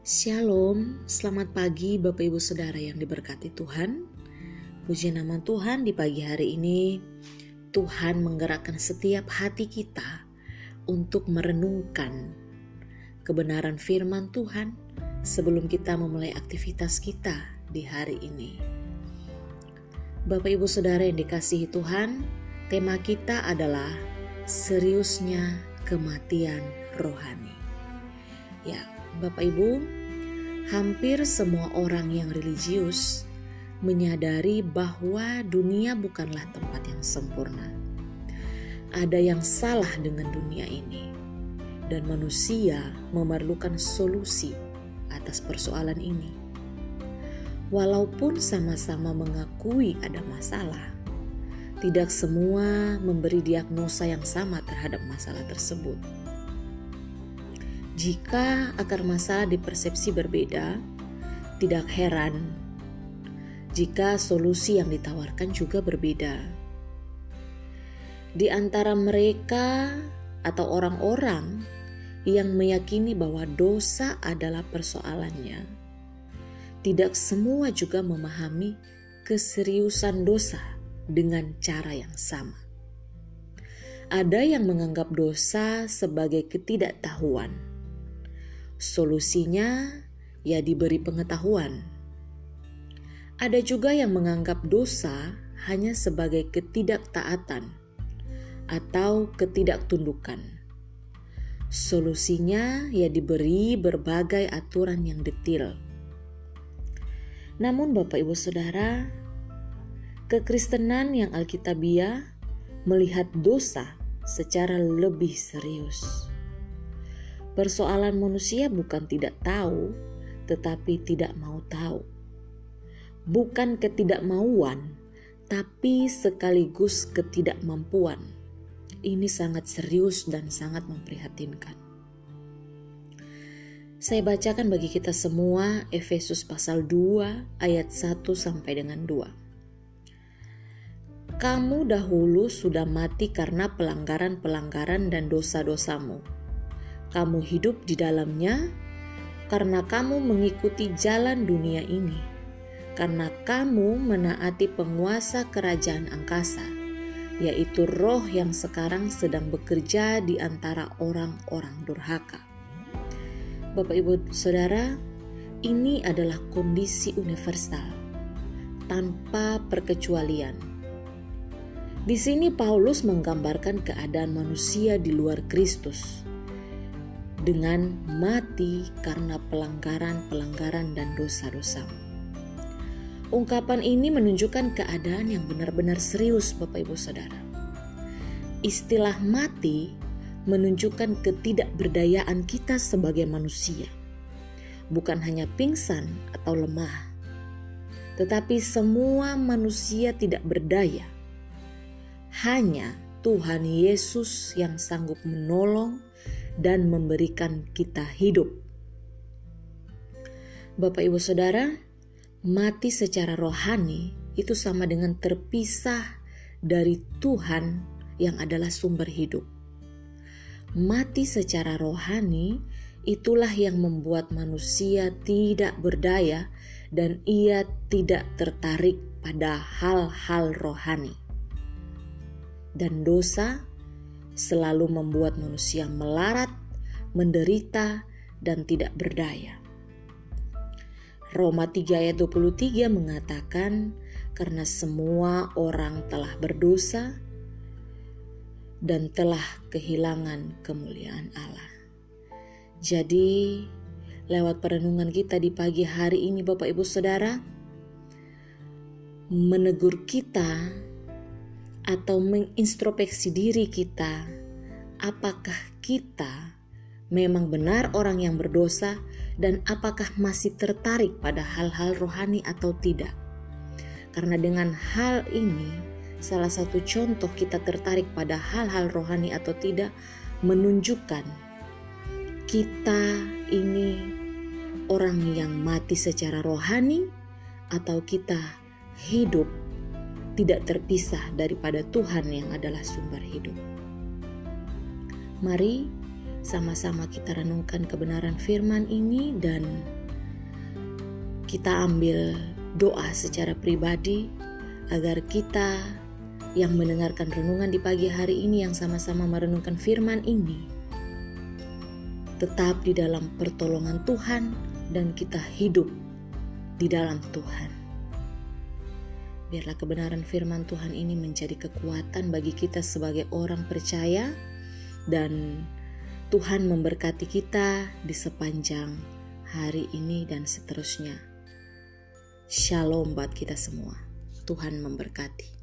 Shalom, selamat pagi Bapak Ibu Saudara yang diberkati Tuhan. Puji nama Tuhan di pagi hari ini. Tuhan menggerakkan setiap hati kita untuk merenungkan kebenaran firman Tuhan sebelum kita memulai aktivitas kita di hari ini. Bapak Ibu Saudara yang dikasihi Tuhan, tema kita adalah seriusnya kematian rohani. Ya, Bapak Ibu, hampir semua orang yang religius menyadari bahwa dunia bukanlah tempat yang sempurna. Ada yang salah dengan dunia ini, dan manusia memerlukan solusi atas persoalan ini. Walaupun sama-sama mengakui ada masalah, tidak semua memberi diagnosa yang sama terhadap masalah tersebut. Jika akar masalah dipersepsi berbeda, tidak heran jika solusi yang ditawarkan juga berbeda. Di antara mereka atau orang-orang yang meyakini bahwa dosa adalah persoalannya, tidak semua juga memahami keseriusan dosa dengan cara yang sama. Ada yang menganggap dosa sebagai ketidaktahuan. Solusinya ya diberi pengetahuan. Ada juga yang menganggap dosa hanya sebagai ketidaktaatan atau ketidaktundukan. Solusinya ya diberi berbagai aturan yang detil. Namun Bapak Ibu Saudara, kekristenan yang alkitabiah melihat dosa secara lebih serius. Persoalan manusia bukan tidak tahu, tetapi tidak mau tahu. Bukan ketidakmauan, tapi sekaligus ketidakmampuan. Ini sangat serius dan sangat memprihatinkan. Saya bacakan bagi kita semua Efesus pasal 2 ayat 1 sampai dengan 2. Kamu dahulu sudah mati karena pelanggaran-pelanggaran dan dosa-dosamu. Kamu hidup di dalamnya karena kamu mengikuti jalan dunia ini, karena kamu menaati penguasa kerajaan angkasa, yaitu roh yang sekarang sedang bekerja di antara orang-orang durhaka. Bapak Ibu Saudara, ini adalah kondisi universal, tanpa perkecualian. Di sini Paulus menggambarkan keadaan manusia di luar Kristus, dengan mati karena pelanggaran-pelanggaran dan dosa-dosa. Ungkapan ini menunjukkan keadaan yang benar-benar serius Bapak Ibu Saudara. Istilah mati menunjukkan ketidakberdayaan kita sebagai manusia. Bukan hanya pingsan atau lemah, tetapi semua manusia tidak berdaya. Hanya Tuhan Yesus yang sanggup menolong dan memberikan kita hidup. Bapak Ibu Saudara, mati secara rohani itu sama dengan terpisah dari Tuhan yang adalah sumber hidup. Mati secara rohani itulah yang membuat manusia tidak berdaya dan ia tidak tertarik pada hal-hal rohani. Dan dosa selalu membuat manusia melarat, menderita, dan tidak berdaya. Roma 3 ayat 23 mengatakan, karena semua orang telah berdosa dan telah kehilangan kemuliaan Allah. Jadi, lewat perenungan kita di pagi hari ini Bapak Ibu Saudara, menegur kita atau mengintrospeksi diri kita, apakah kita memang benar orang yang berdosa dan apakah masih tertarik pada hal-hal rohani atau tidak. Karena dengan hal ini, salah satu contoh kita tertarik pada hal-hal rohani atau tidak menunjukkan kita ini orang yang mati secara rohani atau kita hidup tidak terpisah daripada Tuhan yang adalah sumber hidup. Mari sama-sama kita renungkan kebenaran firman ini dan kita ambil doa secara pribadi agar kita yang mendengarkan renungan di pagi hari ini, yang sama-sama merenungkan firman ini, tetap di dalam pertolongan Tuhan dan kita hidup di dalam Tuhan. Biarlah kebenaran firman Tuhan ini menjadi kekuatan bagi kita sebagai orang percaya, dan Tuhan memberkati kita di sepanjang hari ini dan seterusnya. Shalom buat kita semua. Tuhan memberkati.